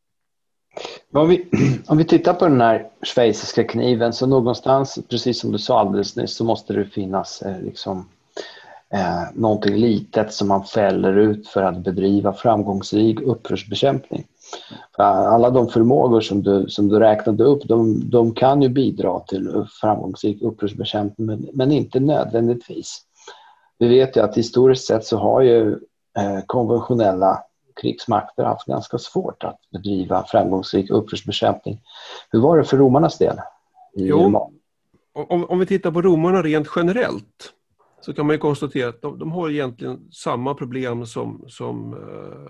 Om vi, om vi tittar på den här schweiziska kniven, så någonstans, precis som du sa alldeles nyss, så måste det finnas eh, liksom Eh, någonting litet som man fäller ut för att bedriva framgångsrik upprorsbekämpning. För alla de förmågor som du, som du räknade upp, de, de kan ju bidra till framgångsrik upprorsbekämpning, men, men inte nödvändigtvis. Vi vet ju att historiskt sett så har ju eh, konventionella krigsmakter haft ganska svårt att bedriva framgångsrik upprorsbekämpning. Hur var det för romarnas del? I jo, om, om vi tittar på romarna rent generellt, så kan man ju konstatera att de, de har egentligen samma problem som, som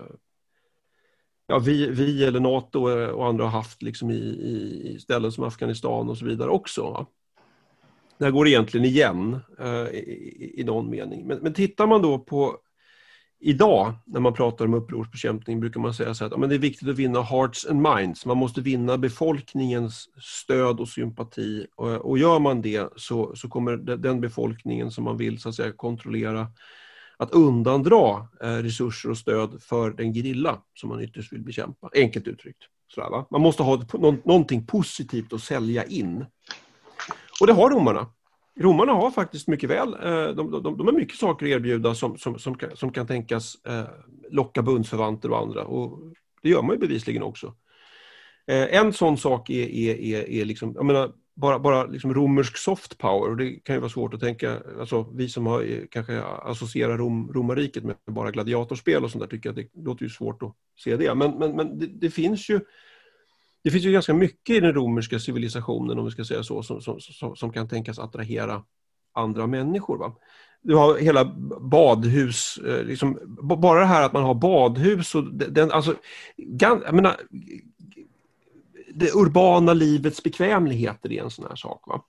ja, vi, vi eller NATO och andra har haft liksom i, i ställen som Afghanistan och så vidare också. Det här går egentligen igen eh, i, i någon mening. Men, men tittar man då på idag, när man pratar om upprorsbekämpning, brukar man säga så att ja, men det är viktigt att vinna hearts and minds. Man måste vinna befolkningens stöd och sympati. Och, och gör man det så, så kommer den befolkningen som man vill så att säga kontrollera att undandra eh, resurser och stöd för den gerilla som man ytterst vill bekämpa. Enkelt uttryckt. Sådär, va? Man måste ha någon, någonting positivt att sälja in. Och det har romarna. Romarna har faktiskt mycket väl, de, de, de har mycket saker att erbjuda som, som, som, kan, som kan tänkas eh, locka bundsförvanter och andra. Och det gör man ju bevisligen också. Eh, en sån sak är, är, är, är liksom, jag menar, bara, bara liksom romersk soft power. Och det kan ju vara svårt att tänka, alltså vi som har, kanske associerar Rom, romarriket med bara gladiatorspel och sånt där, tycker att det låter ju svårt att se det. Men, men, men det, det finns ju Det finns ju ganska mycket i den romerska civilisationen, om vi ska säga så, som, som, som kan tänkas attrahera andra människor. Va? Du har hela badhus, liksom, bara det här att man har badhus och den, alltså, jag menar, det urbana livets bekvämligheter är en sån här sak. Va?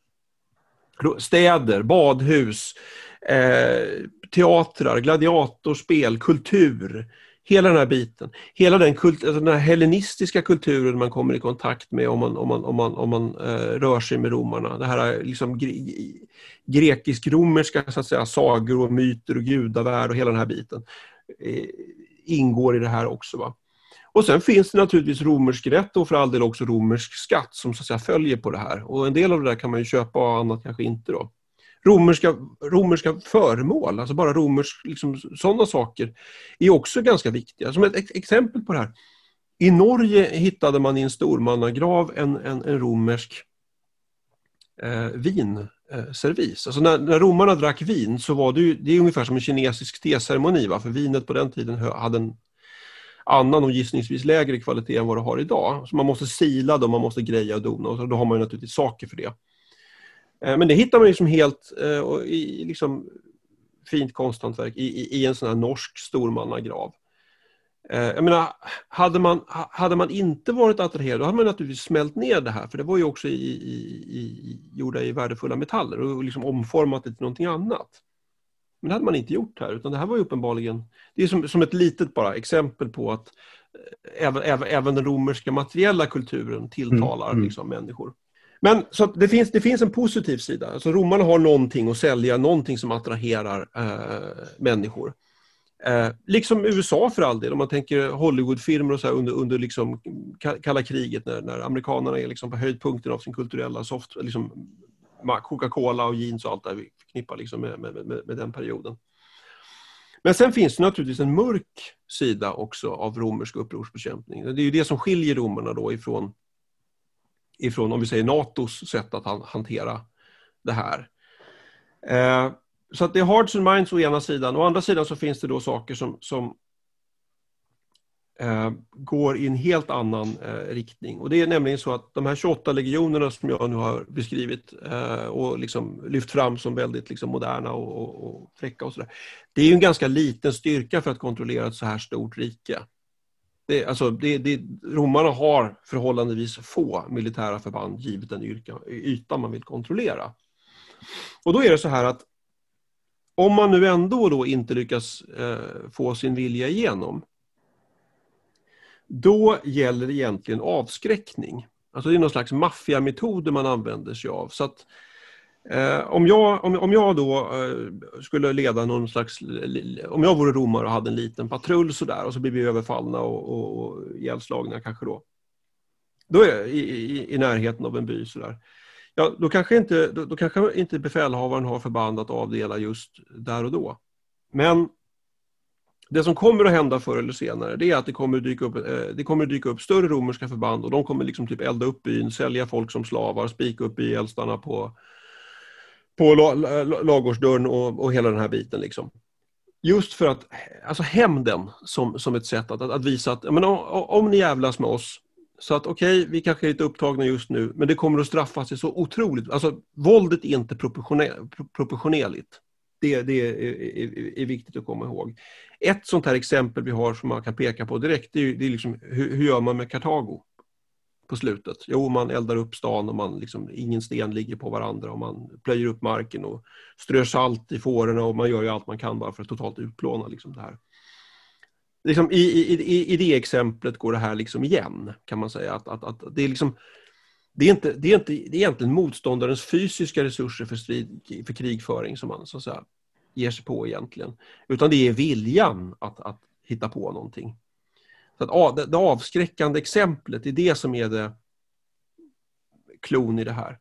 Städer, badhus, eh, teatrar, gladiatorspel, kultur. Hela den här biten, hela den, kult, alltså den här hellenistiska kulturen man kommer i kontakt med om man, om man, om man, om man eh, rör sig med romarna. Det här liksom gre, grekisk-romerska så att säga, sagor och myter och gudavärld och hela den här biten eh, ingår i det här också. Va? Och sen finns det naturligtvis romersk rätt och för all del också romersk skatt som så att säga följer på det här. Och en del av det där kan man ju köpa och annat kanske inte då. Romerska, romerska föremål, alltså bara romersk, liksom, sådana saker är också ganska viktiga. Som ett ex- exempel på det här. I Norge hittade man i en stormannagrav en, en, en romersk eh, vinservis. Alltså när, när romarna drack vin så var det ju, det är ungefär som en kinesisk teceremoni, va? För vinet på den tiden hade en annan och gissningsvis lägre kvalitet än vad det har idag. Så man måste sila dem, man måste greja och dona, och då har man ju naturligtvis saker för det. Men det hittar man ju som helt eh, i liksom fint konsthantverk i, i, i en sån här norsk stormannagrav. Eh, jag menar, hade man, hade man inte varit attraherad, då hade man naturligtvis smält ner det här. För det var ju också i, i, i, gjorda i värdefulla metaller och liksom omformat det till någonting annat. Men det hade man inte gjort här, utan det här var ju uppenbarligen, det är som, som ett litet bara exempel på att även, även, även den romerska materiella kulturen tilltalar mm. liksom, människor. Men så det finns, det finns en positiv sida. Alltså romarna har någonting att sälja, någonting som attraherar eh, människor. Eh, liksom U S A för all del, om man tänker Hollywoodfilmer och så här under, under liksom kalla kriget när, när amerikanerna är liksom på höjdpunkten av sin kulturella soft, liksom Coca-Cola och jeans och allt där vi knippar liksom med, med, med, med den perioden. Men sen finns det naturligtvis en mörk sida också av romersk upprorsbekämpning. Det är ju det som skiljer romerna då ifrån, ifrån om vi säger NATOs sätt att han, hantera det här. Eh, så att det är hearts and minds å ena sidan. Å andra sidan så finns det då saker som, som eh, går i en helt annan eh, riktning. Och det är nämligen så att de här tjugoåtta legionerna som jag nu har beskrivit eh, och liksom lyft fram som väldigt liksom moderna och, och, och fräcka och sådär. Det är ju en ganska liten styrka för att kontrollera ett så här stort rike. Det, alltså, det, det, romarna har förhållandevis få militära förband givet den yrka, yta man vill kontrollera. Och då är det så här att om man nu ändå då inte lyckas eh, få sin vilja igenom, då gäller egentligen avskräckning. Alltså det är någon slags maffiametoder man använder sig av. Så att eh, om, jag, om, om jag då eh, skulle leda någon slags, om jag vore romare och hade en liten patrull sådär och så blir vi överfallna och, och, och ihjälslagna kanske då. Då är jag i, i, i närheten av en by sådär. Ja, då kanske inte, då, då kanske inte befälhavaren har förband att avdela just där och då. Men det som kommer att hända förr eller senare, det är att det kommer att dyka upp, eh, det kommer att dyka upp större romerska förband och de kommer liksom typ elda upp byn, sälja folk som slavar, spika upp i äldstarna på, på la, la, lagårdsdörren och, och hela den här biten liksom. Just för att, alltså hämnden som, som ett sätt att, att, att visa att men, om, om ni jävlas med oss, så att okej, okay, vi kanske är lite upptagna just nu, men det kommer att straffa sig så otroligt. Alltså våldet är inte proportionell, proportionerligt. Det, det är, är, är viktigt att komma ihåg. Ett sånt här exempel vi har som man kan peka på direkt, det är, det är liksom, hur, hur gör man med Kartago på slutet? Jo, man eldar upp stan och man liksom, ingen sten ligger på varandra och man plöjer upp marken och strör salt i fårorna och man gör ju allt man kan bara för att totalt utplåna liksom det här. Liksom, i, i, i det exemplet går det här liksom igen, kan man säga. Att, att, att det, är liksom, det, är inte, det, är inte, det är egentligen motståndarens fysiska resurser för, strid, för krigföring som man så att säga, ger sig på egentligen. Utan det är viljan att, att hitta på någonting. Så att, ja, det, det avskräckande exemplet är det som är det klon i det här.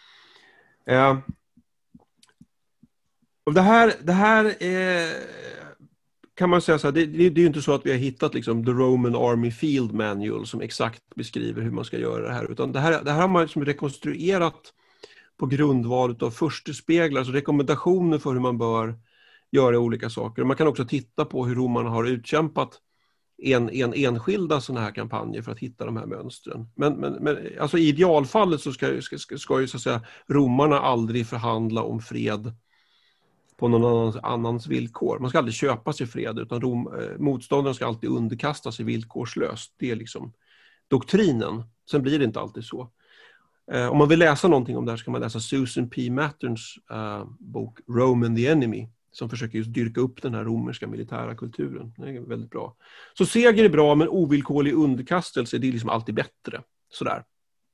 Eh, och det här, det här är... kan man säga så här, det, det, det är ju inte så att vi har hittat liksom the Roman Army Field Manual som exakt beskriver hur man ska göra det här, utan det här, det här har man liksom rekonstruerat på grundval av förstespeglar, alltså rekommendationer för hur man bör göra olika saker. Och man kan också titta på hur romarna har utkämpat en, en enskilda sådana här kampanjer för att hitta de här mönstren. Men, men, men alltså i idealfallet så ska, ska, ska ju så att säga romarna aldrig förhandla om fred på någon annans, annans villkor. Man ska aldrig köpa sig fred, utan Rom, eh, motståndaren ska alltid underkasta sig villkorslöst. Det är liksom doktrinen. Sen blir det inte alltid så. Eh, om man vill läsa någonting om det här ska man läsa Susan P. Matterns eh, bok Rome and the Enemy, som försöker just dyrka upp den här romerska militära kulturen. Det är väldigt bra. Så seger är bra, men ovillkorlig underkastelse, det är liksom alltid bättre. Sådär.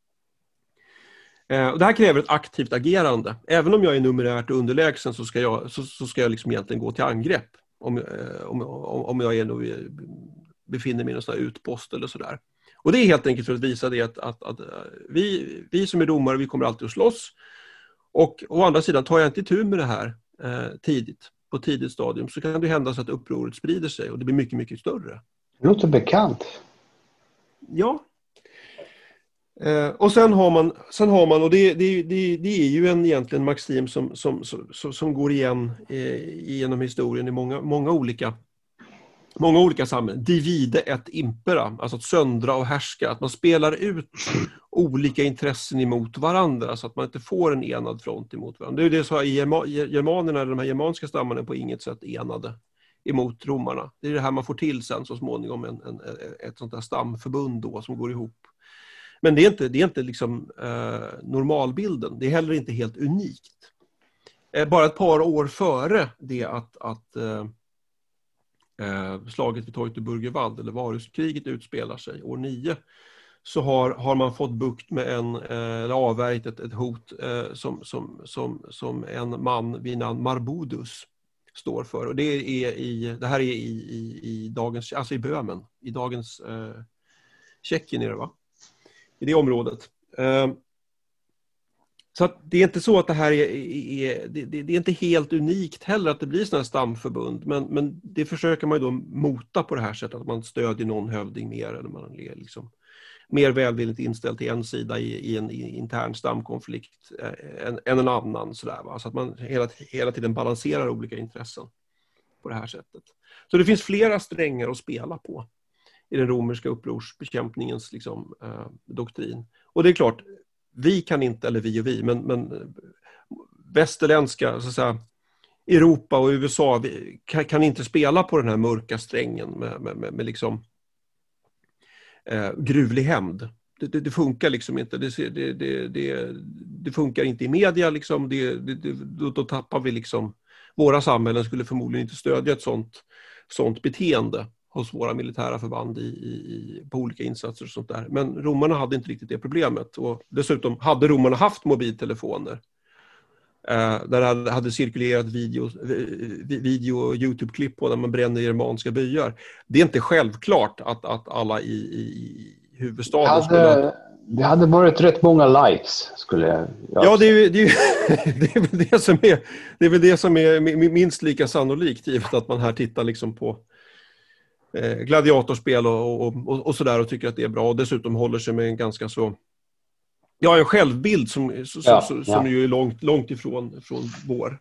Och det här kräver ett aktivt agerande. Även om jag är numerärt underlägsen så ska jag, så, så ska jag liksom egentligen gå till angrepp. Om, om, om jag är nog, befinner mig i en sån här utpost eller sådär. Och det är helt enkelt för att visa det att, att, att vi, vi som är domare, vi kommer alltid att slåss. Och å andra sidan, tar jag inte tur med det här eh, tidigt, på tidigt stadium, så kan det hända så att upproret sprider sig och det blir mycket, mycket större. Det låter bekant. Ja. Eh, och sen har man, sen har man och det, det, det, det är ju en egentligen maxim som, som, som, som går igen eh, genom historien i många, många olika många olika samhällen. Divide et impera, alltså att söndra och härska, att man spelar ut olika intressen emot varandra så att man inte får en enad front emot varandra. Det är ju det så i germanerna, de här germanska stammarna på inget sätt enade emot romarna. Det är det här man får till sen så småningom en, en, ett sånt där stamförbund då som går ihop. Men det är inte, det är inte liksom eh, normalbilden. Det är heller inte helt unikt. eh, bara ett par år före det att, att eh, eh, slaget vid Teutoburger Wald, eller Varuskriget, utspelar sig år nio, så har, har man fått bukt med en, eh, eller avvärjt ett, ett hot eh, som, som, som, som en man vid namn Marbodus står för. Och det, är i, det här är i, i, i dagens, alltså i Böhmen, i dagens eh, Tjeckien är det, va? I det området. Eh, så att det är inte så att det här är, är det, det är inte helt unikt heller att det blir sådana här stamförbund, men, men det försöker man ju då mota på det här sättet, att man stödjer någon hövding mer, eller man är liksom mer välvilligt inställd till en sida i, i en i intern stamkonflikt eh, än, än en annan. Sådär, va? Så att man hela, hela tiden balanserar olika intressen på det här sättet. Så det finns flera strängar att spela på i den romerska upprorsbekämpningens liksom, eh, doktrin. Och det är klart, vi kan inte, eller vi och vi, men, men västerländska, så att säga, Europa och U S A vi, kan, kan inte spela på den här mörka strängen med, med, med, med liksom eh, gruvlig hämnd. Det, det, det funkar liksom inte. Det, det, det, det, det funkar inte i media. Liksom. Det, det, det, då, då tappar vi liksom, våra samhällen skulle förmodligen inte stödja ett sånt, sånt beteende hos våra militära förband i, i, på olika insatser och sånt där. Men romarna hade inte riktigt det problemet. Och dessutom hade romarna haft mobiltelefoner. Eh, där hade, hade cirkulerat video, video och YouTube-klipp på där man bränner germanska byar. Det är inte självklart att, att alla i, i huvudstaden det hade, skulle... Det hade varit rätt många likes, skulle jag... jag ja, det är, det, är, det, är väl det, som är, det är väl det som är minst lika sannolikt, givet att man här tittar liksom på eh, gladiatorspel och, och, och, och sådär och tycker att det är bra. Och dessutom håller sig med en ganska så... Ja, en självbild som, som, ja, som, ja. som ju är långt, långt ifrån från vår.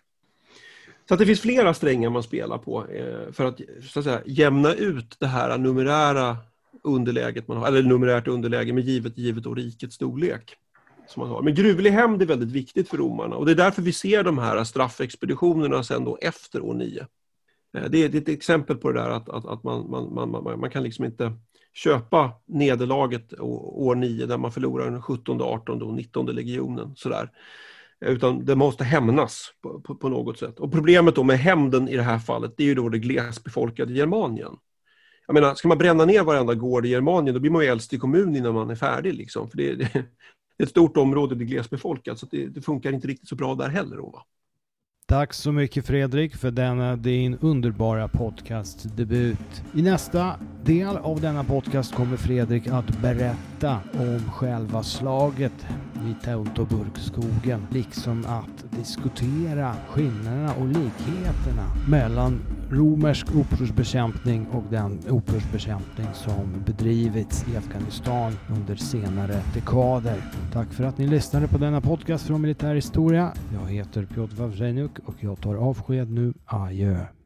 Så att det finns flera strängar man spelar på eh, för att, så att säga, jämna ut det här numerära underläget man har, eller numerärt underläge med givet, givet och rikets storlek som man har. Men gruvlig hämnd är väldigt viktigt för romarna, och det är därför vi ser de här straffexpeditionerna sen då efter år nio. Eh, det, är, det är ett exempel på det där att, att, att man, man, man, man, man kan liksom inte köpa nederlaget år nio där man förlorar den sjuttonde, artonde och nittonde legionen sådär. Utan det måste hämnas på, på, på något sätt. Och problemet då med hämnden i det här fallet, det är ju då det glesbefolkade Germanien. Jag menar, ska man bränna ner varenda gård i Germanien, då blir man ju äldst i kommun innan man är färdig liksom. För det, det, det är ett stort område, det är glesbefolkat, så det, det funkar inte riktigt så bra där heller då, va? Tack så mycket Fredrik för denna din underbara podcastdebut. I nästa del av denna podcast kommer Fredrik att berätta om själva slaget vid Teutoburgskogen, liksom att diskutera skillnaderna och likheterna mellan romersk upprorsbekämpning och den upprorsbekämpning som bedrivits i Afghanistan under senare dekader. Tack för att ni lyssnade på denna podcast från Militärhistoria. Jag heter Piotr Wawrzeniuk och jag tar avsked nu. Adjö.